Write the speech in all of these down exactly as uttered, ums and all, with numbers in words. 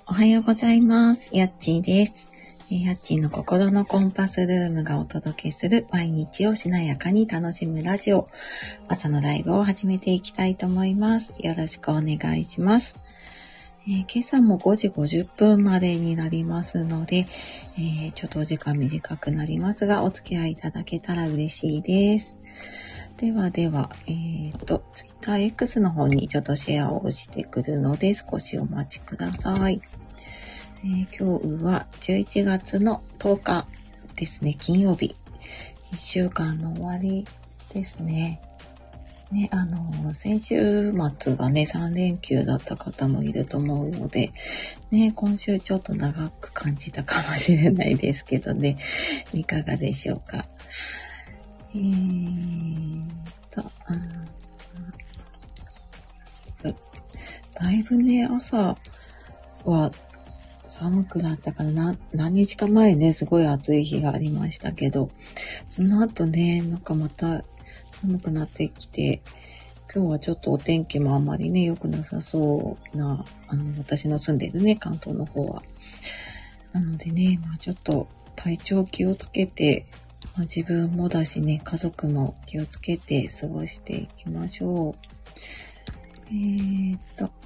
おはようございます。やっちーです。やっちーの心のコンパスルームがお届けする毎日をしなやかに楽しむラジオ。朝のライブを始めていきたいと思います。よろしくお願いします。えー、今朝もごじごじゅっぷんまでになりますので、えー、ちょっとお時間短くなりますが、お付き合いいただけたら嬉しいです。ではでは、えっと、Twitter X の方にちょっとシェアをしてくるので、少しお待ちください。えー、今日はじゅういちがつのとおかですね、金曜日。いっしゅうかんの終わりですね。ね、あの、先週末がね、さんれんきゅうだった方もいると思うので、ね、今週ちょっと長く感じたかもしれないですけどね、いかがでしょうか。えーと、あだいぶね、朝は寒くなったからな、何日か前ね、すごい暑い日がありましたけど、その後ね、なんかまた寒くなってきて、今日はちょっとお天気もあんまりね、良くなさそうな、あの、私の住んでるね、関東の方は。なのでね、まあちょっと体調気をつけて、まあ、自分もだしね、家族も気をつけて過ごしていきましょう。えーっと、よ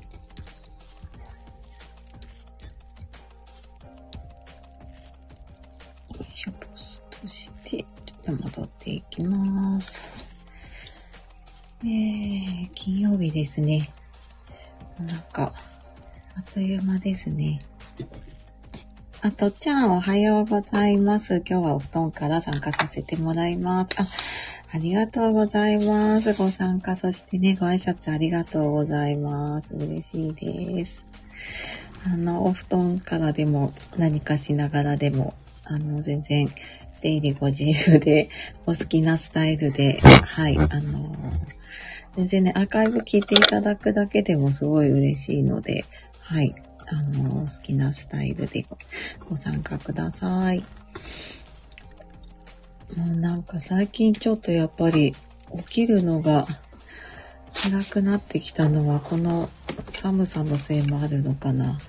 いしょ、ポストして、ちょっと戻っていきます。えー、金曜日ですね。なんか、あっという間ですね。あ、とっちゃんおはようございます。今日はお布団から参加させてもらいます。あ、ありがとうございます。ご参加、そしてね、ご挨拶ありがとうございます。嬉しいです。あの、お布団からでも何かしながらでも、あの、全然出入りご自由で、お好きなスタイルで、はい、あの、全然ね、アーカイブ聞いていただくだけでもすごい嬉しいので、はい。あの、好きなスタイルで ご, ご参加ください。もうなんか最近ちょっとやっぱり起きるのが辛くなってきたのはこの寒さのせいもあるのかな。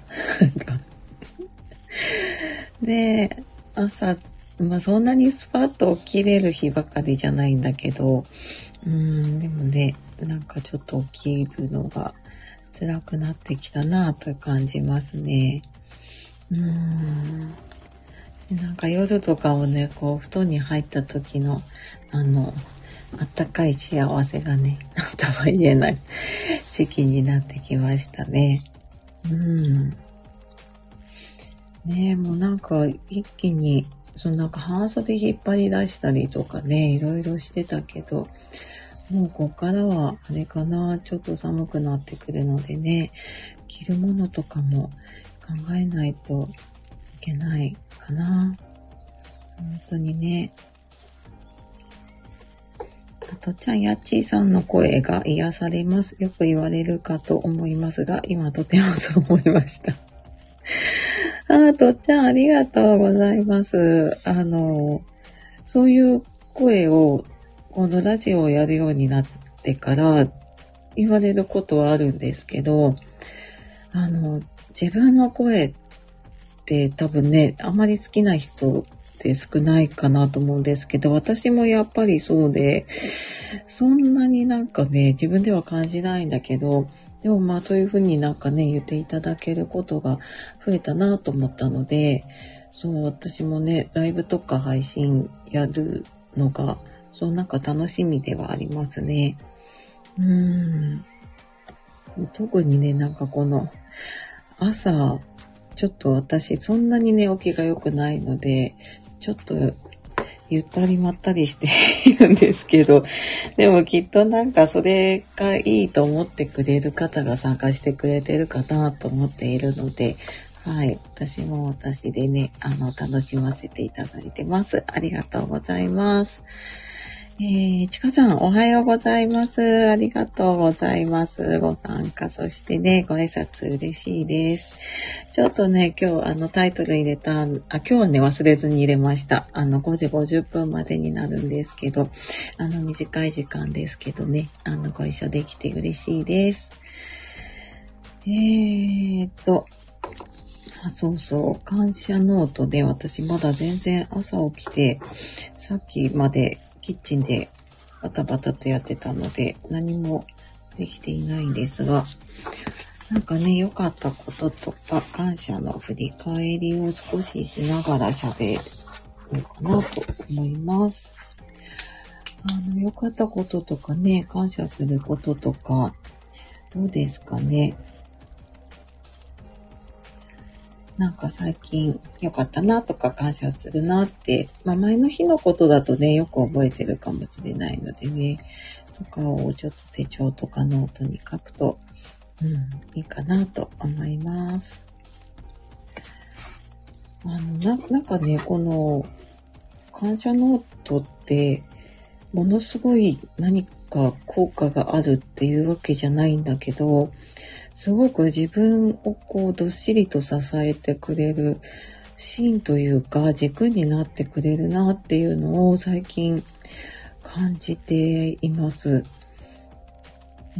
で、朝、まあそんなにスパッと起きれる日ばかりじゃないんだけど、うーん、でもね、なんかちょっと起きるのが辛くなってきたなぁと感じますね。うーん。なんか夜とかもね、こう布団に入った時のあのあったかい幸せがね、なんとも言えない時期になってきましたね。うん。ねえ、もうなんか一気にそのなんか半袖引っ張り出したりとかね、いろいろしてたけど。もうこっからはあれかな、ちょっと寒くなってくるのでね、着るものとかも考えないといけないかな。本当にね。あとちゃんやっちーさんの声が癒されます。よく言われるかと思いますが、今とてもそう思いました。あー、とっちゃんありがとうございます。あの、そういう声をこのラジオをやるようになってから言われることはあるんですけど、あの、自分の声って多分ね、あまり好きな人って少ないかなと思うんですけど、私もやっぱりそうで、そんなになんかね、自分では感じないんだけど、でもまあそういうふうになんかね、言っていただけることが増えたなと思ったので、そう、私もね、ライブとか配信やるのが、そうなんか楽しみではありますね。うーん。特にね、なんかこの朝、ちょっと私そんなに寝起きが良くないので、ちょっとゆったりまったりしているんですけど、でもきっとなんかそれがいいと思ってくれる方が参加してくれてるかなと思っているので、はい。私も私でね、あの、楽しませていただいてます。ありがとうございます。えー、ちかさん、おはようございます。ありがとうございます。ご参加、そしてね、ご挨拶嬉しいです。ちょっとね、今日、あの、タイトル入れた、あ、今日はね、忘れずに入れました。あの、ごじごじゅっぷんまでになるんですけど、あの、短い時間ですけどね、あの、ご一緒できて嬉しいです。えーっと、 あ、そうそう。感謝ノートで私まだ全然朝起きて、さっきまでキッチンでバタバタとやってたので何もできていないんですが、なんかね、良かったこととか感謝の振り返りを少ししながら喋ろうかなと思います。あの、良かったこととかね、感謝することとか、どうですかね。なんか最近良かったなとか感謝するなって、まあ前の日のことだとね、よく覚えてるかもしれないのでね、とかをちょっと手帳とかノートに書くと、うん、いいかなと思います。あの、な、なんかね、この感謝ノートって、ものすごい何か効果があるっていうわけじゃないんだけど、すごく自分をこうどっしりと支えてくれる芯というか軸になってくれるなっていうのを最近感じています。うん。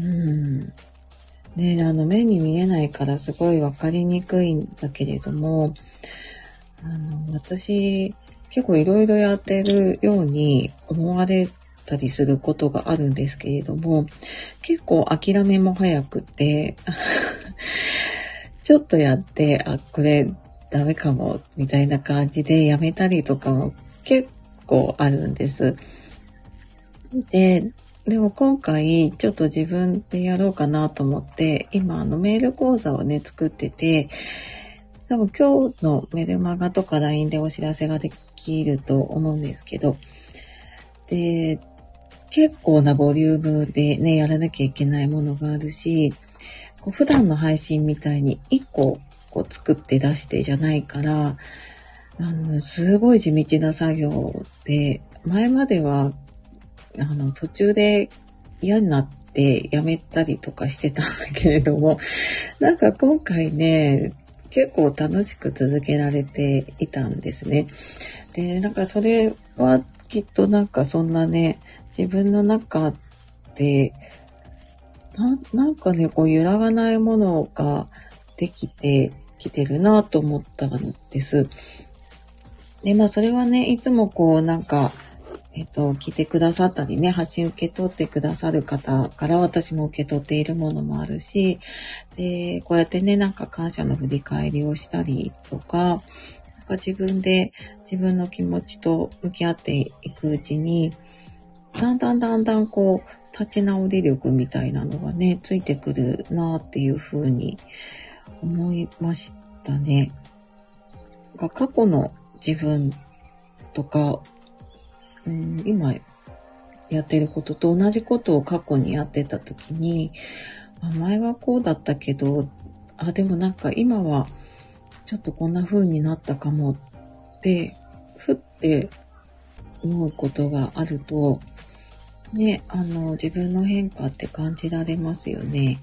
ね、あの目に見えないからすごいわかりにくいんだけれども、あの私結構いろいろやってるように思われたりすることがあるんですけれども、結構諦めも早くてちょっとやってあこれダメかもみたいな感じでやめたりとかも結構あるんです。で、でも今回ちょっと自分でやろうかなと思って今あのメール講座をね作ってて、多分今日のメルマガとか ライン でお知らせができると思うんですけど、で、結構なボリュームでね、やらなきゃいけないものがあるし、こう普段の配信みたいにいっここう作って出してじゃないから、あの、すごい地道な作業で、前までは、あの、途中で嫌になってやめたりとかしてたんだけれども、なんか今回ね、結構楽しく続けられていたんですね。で、なんかそれはきっとなんかそんなね、自分の中で、な、なんかね、こう揺らがないものができてきてるなと思ったんです。で、まあそれはね、いつもこうなんか、えっと、聞いてくださったりね、発信受け取ってくださる方から私も受け取っているものもあるし、で、こうやってね、なんか感謝の振り返りをしたりとか、なんか自分で自分の気持ちと向き合っていくうちに、だんだんだんだんこう、立ち直り力みたいなのがね、ついてくるなっていうふうに思いましたね。が過去の自分とか、うん、今やってることと同じことを過去にやってた時に、あ、前はこうだったけど、あ、でもなんか今はちょっとこんな風になったかもって、ふって思うことがあると、ね、あの、自分の変化って感じられますよね。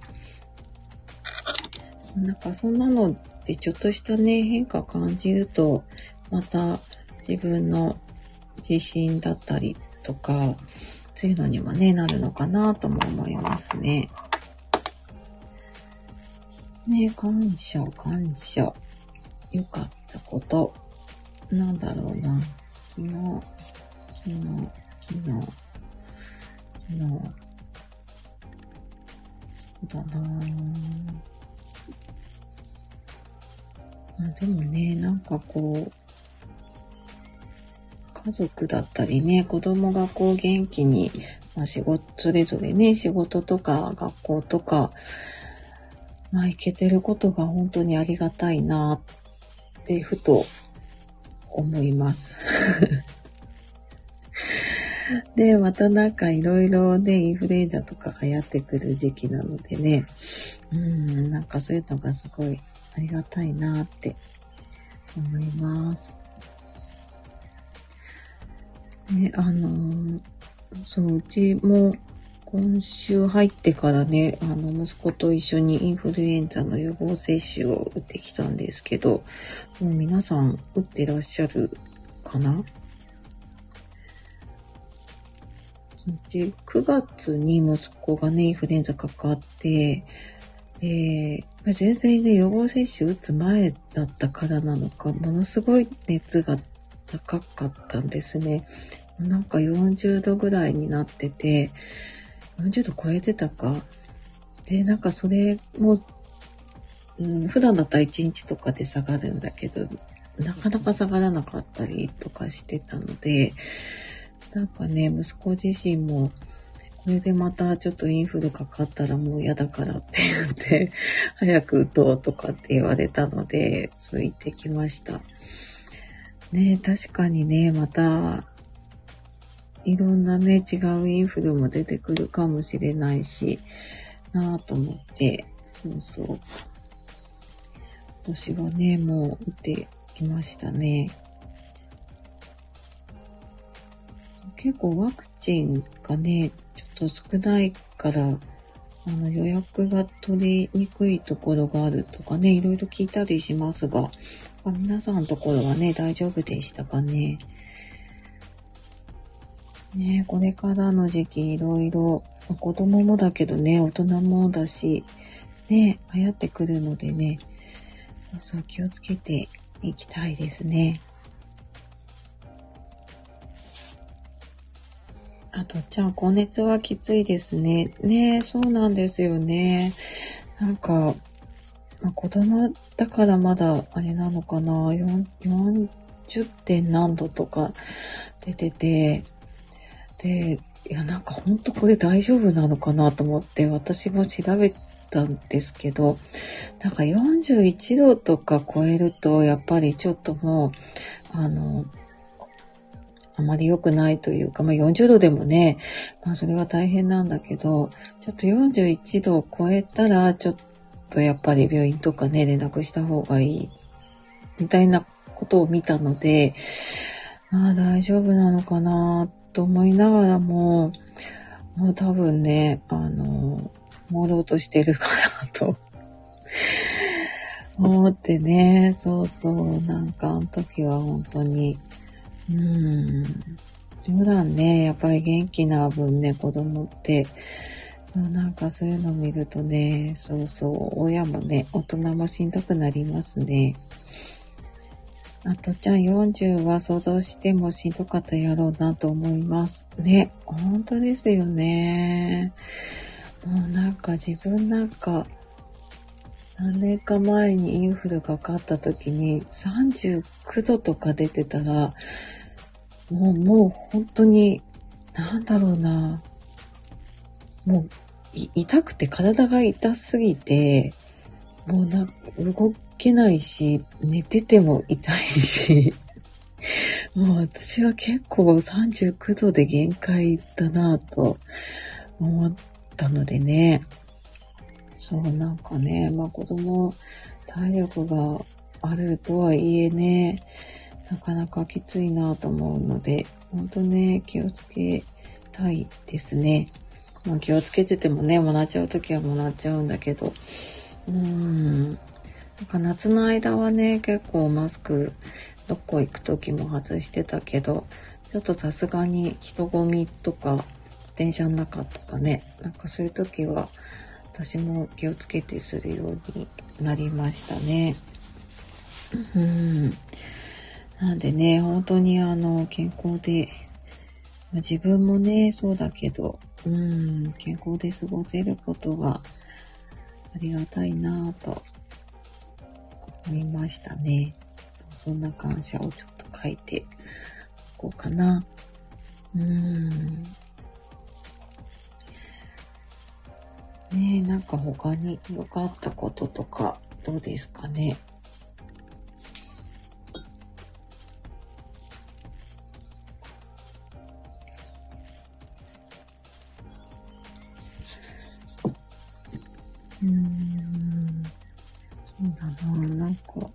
なんかそんなのでちょっとしたね、変化感じると、また自分の自信だったりとか、そういうのにもね、なるのかなとも思いますね。ね、感謝、感謝。良かったこと。なんだろうな。昨日、昨日、昨日、昨日。そうだなぁ。でもね、なんかこう、家族だったりね、子供がこう元気に、まあ仕事、それぞれね、仕事とか学校とか、まあ行けてることが本当にありがたいなってふと思います。で、またなんかいろいろね、インフルエンザとか流行ってくる時期なのでね、うん、なんかそういうのがすごいありがたいなって思います。ね、あのー、そう、うちも今週入ってからね、あの、息子と一緒にインフルエンザの予防接種を打ってきたんですけど、もう皆さん打ってらっしゃるかな？うちくがつに息子がね、インフルエンザかかって、で、 全然ね、予防接種打つ前だったからなのか、ものすごい熱が高かったんですね。なんかよんじゅうどぐらいになってて、よんじゅうど超えてたか。で、なんかそれも、うん、普段だったらいちにちとかで下がるんだけど、なかなか下がらなかったりとかしてたので、なんかね、息子自身も、これでまたちょっとインフルかかったらもう嫌だからって言って、早く打とうとかって言われたので、そう言ってきました。ね、確かにね、また、いろんなね、違うインフルも出てくるかもしれないし、なぁと思って、そうそう。私はね、もう打ってきましたね。結構ワクチンがね、ちょっと少ないから、あの予約が取りにくいところがあるとかね、いろいろ聞いたりしますが、皆さんのところはね、大丈夫でしたかね。ね、これからの時期いろいろ、子供もだけどね、大人もだし、ね、流行ってくるのでね、そう気をつけていきたいですね。あと、ちゃん、高熱はきついですね。ね、そうなんですよね。なんか、まあ、子供だからまだあれなのかな、よんじゅってん何度とか出てて、で、いやなんかほんとこれ大丈夫なのかなと思って私も調べたんですけど、なんかよんじゅういちどとか超えるとやっぱりちょっともう、あの、あまり良くないというか、まあよんじゅうどでもね、まあそれは大変なんだけど、ちょっとよんじゅういちどを超えたら、ちょっとやっぱり病院とかね、連絡した方がいい、みたいなことを見たので、まあ大丈夫なのかなと思いながらも、もう多分ね、あの、朦朧としてるかなと思ってね、そうそう、なんかあの時は本当に、うーん、普段ね、やっぱり元気な分ね、子供って、そうなんかそういうの見るとね、そうそう、親もね、大人もしんどくなりますね。あとちゃんよんじゅうは想像してもしんどかったやろうなと思います。ね、本当ですよね。もうなんか自分なんか、何年か前にインフルがかかった時にさんじゅうきゅうどとか出てたら、もう、もう本当に、なんだろうな。もう、痛くて体が痛すぎて、もうな、動けないし、寝てても痛いし、もう私は結構さんじゅうきゅうどで限界だなぁと思ったのでね。そう、なんかね、まあ子供、体力があるとはいえね、なかなかきついなと思うので、ほんとね、気をつけたいですね。まあ、気をつけててもね、もらっちゃうときはもらっちゃうんだけど、うーん。なんか夏の間はね、結構マスク、どこ行くときも外してたけど、ちょっとさすがに人混みとか、電車の中とかね、なんかそういうときは、私も気をつけてするようになりましたね。うん。なんでね、本当にあの、健康で、自分もね、そうだけど、うん、健康で過ごせることがありがたいなぁと思いましたね。そんな感謝をちょっと書いておこうかな。うーん。ねえ、なんか他に良かったこととかどうですかね。うーん。そうだな、なんか。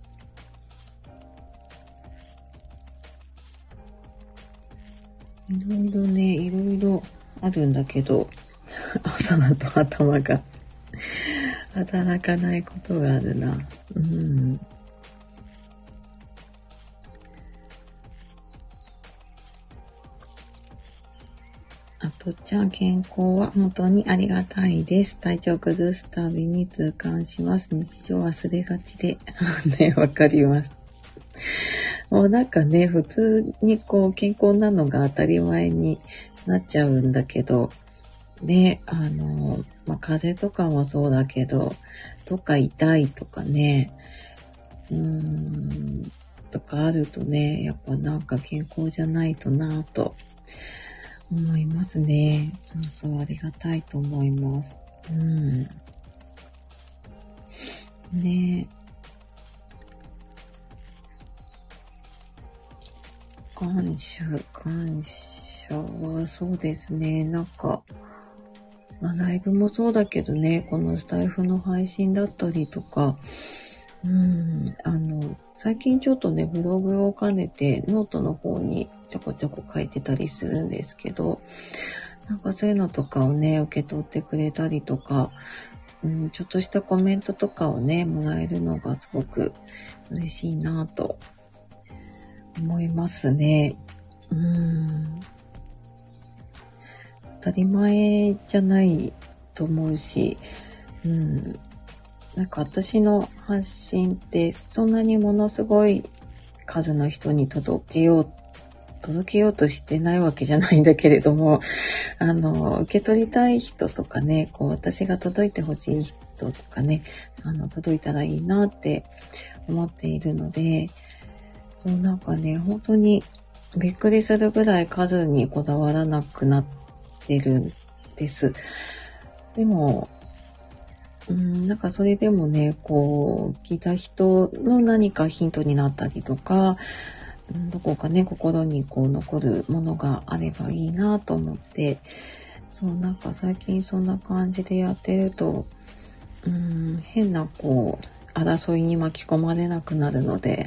いろいろね、いろいろあるんだけど、朝だと頭が働かないことがあるな。うん。あとっちゃん健康は本当にありがたいです。体調崩すたびに痛感します。日常忘れがちで。ね、わかります。もうなんかね、普通にこう健康なのが当たり前になっちゃうんだけど、ね、あの、まあ、風邪とかもそうだけど、どっか痛いとかね、うーん、とかあるとね、やっぱなんか健康じゃないとなぁと思いますね。そうそう、ありがたいと思います。うん。ね、感謝、感謝はそうですね。なんか、まあ、ライブもそうだけどね、このスタイフの配信だったりとか、うん、あの、最近ちょっとね、ブログを兼ねてノートの方にちょこちょこ書いてたりするんですけど、なんかそういうのとかをね、受け取ってくれたりとか、うん、ちょっとしたコメントとかをね、もらえるのがすごく嬉しいなと思いますね。うん。当たり前じゃないと思うし、うん。なんか私の発信ってそんなにものすごい数の人に届けよう、届けようとしてないわけじゃないんだけれども、あの、受け取りたい人とかね、こう私が届いてほしい人とかね、あの、届いたらいいなって思っているので、そうなんかね、本当にびっくりするぐらい数にこだわらなくなってるんです。でも、うん、なんかそれでもね、こう、聞いた人の何かヒントになったりとか、うん、どこかね、心にこう残るものがあればいいなと思って、そう、なんか最近そんな感じでやってると、うん、変なこう、争いに巻き込まれなくなるので、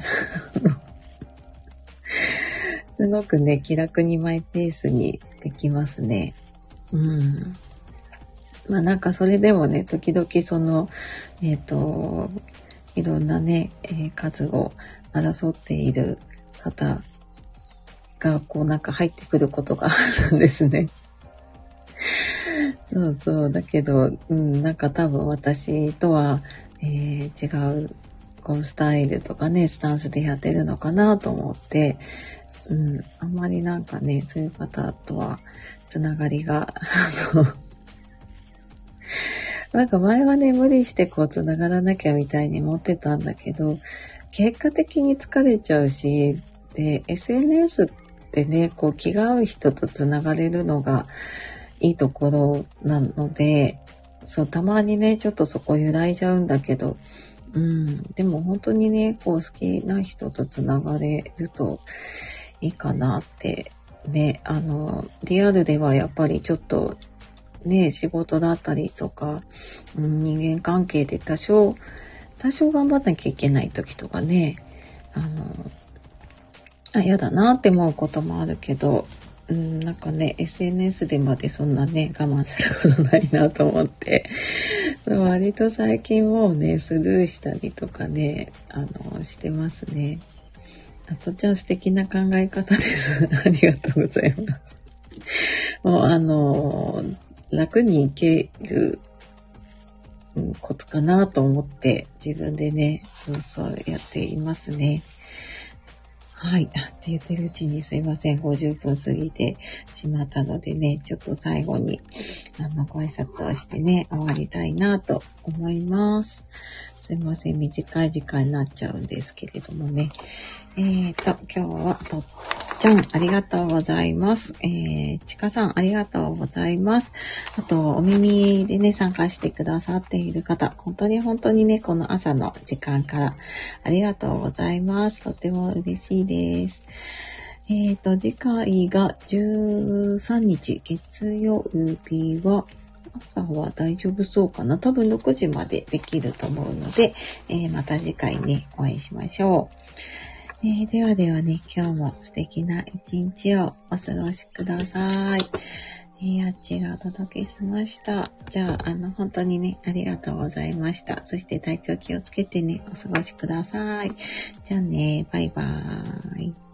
すごくね、気楽にマイペースにできますね。うん。まあなんかそれでもね、時々その、えっと、いろんなね、えー、数を争っている方がこうなんか入ってくることがあるんですね。そうそう。だけど、うん、なんか多分私とは、えー、違うこうスタイルとかね、スタンスでやってるのかなと思って、うん、あんまりなんかね、そういう方とはつながりが、あの、なんか前はね、無理してこう繋がらなきゃみたいに思ってたんだけど、結果的に疲れちゃうし、で、エスエヌエス ってね、こう気が合う人と繋がれるのがいいところなので、そう、たまにね、ちょっとそこ揺らいじゃうんだけど、うん、でも本当にね、こう好きな人と繋がれるといいかなって、ね、あの、リアルではやっぱりちょっと、ね、仕事だったりとか、うん、人間関係で多少、多少頑張んなきゃいけない時とかね、あの、あ、やだなって思うこともあるけど、うん、なんかね、エスエヌエス でまでそんなね、我慢することないなと思って、割と最近もうね、スルーしたりとかね、あの、してますね。あとちゃん素敵な考え方です。ありがとうございます。もうあの、楽にいける、うん、コツかなと思って自分でね、そうそうやっていますね。はい。って言ってるうちにすいません。ごじゅっぷん過ぎてしまったのでね、ちょっと最後に、あの、ご挨拶をしてね、終わりたいなと思います。すいません。短い時間になっちゃうんですけれどもね。えーと、今日はとっちゃん、ありがとうございます。えー、ちかさん、ありがとうございます。あと、お耳でね、参加してくださっている方、本当に本当にね、この朝の時間からありがとうございます。とても嬉しいです。えーと、次回がじゅうさんにち、月曜日は、朝は大丈夫そうかな。多分ろくじまでできると思うので、えー、また次回ね、お会いしましょう。えー、ではではね、今日も素敵な一日をお過ごしください。えー、あっちがお届けしました。じゃあ、あの、本当にね、ありがとうございました。そして体調気をつけてね、お過ごしください。じゃあね、バイバーイ。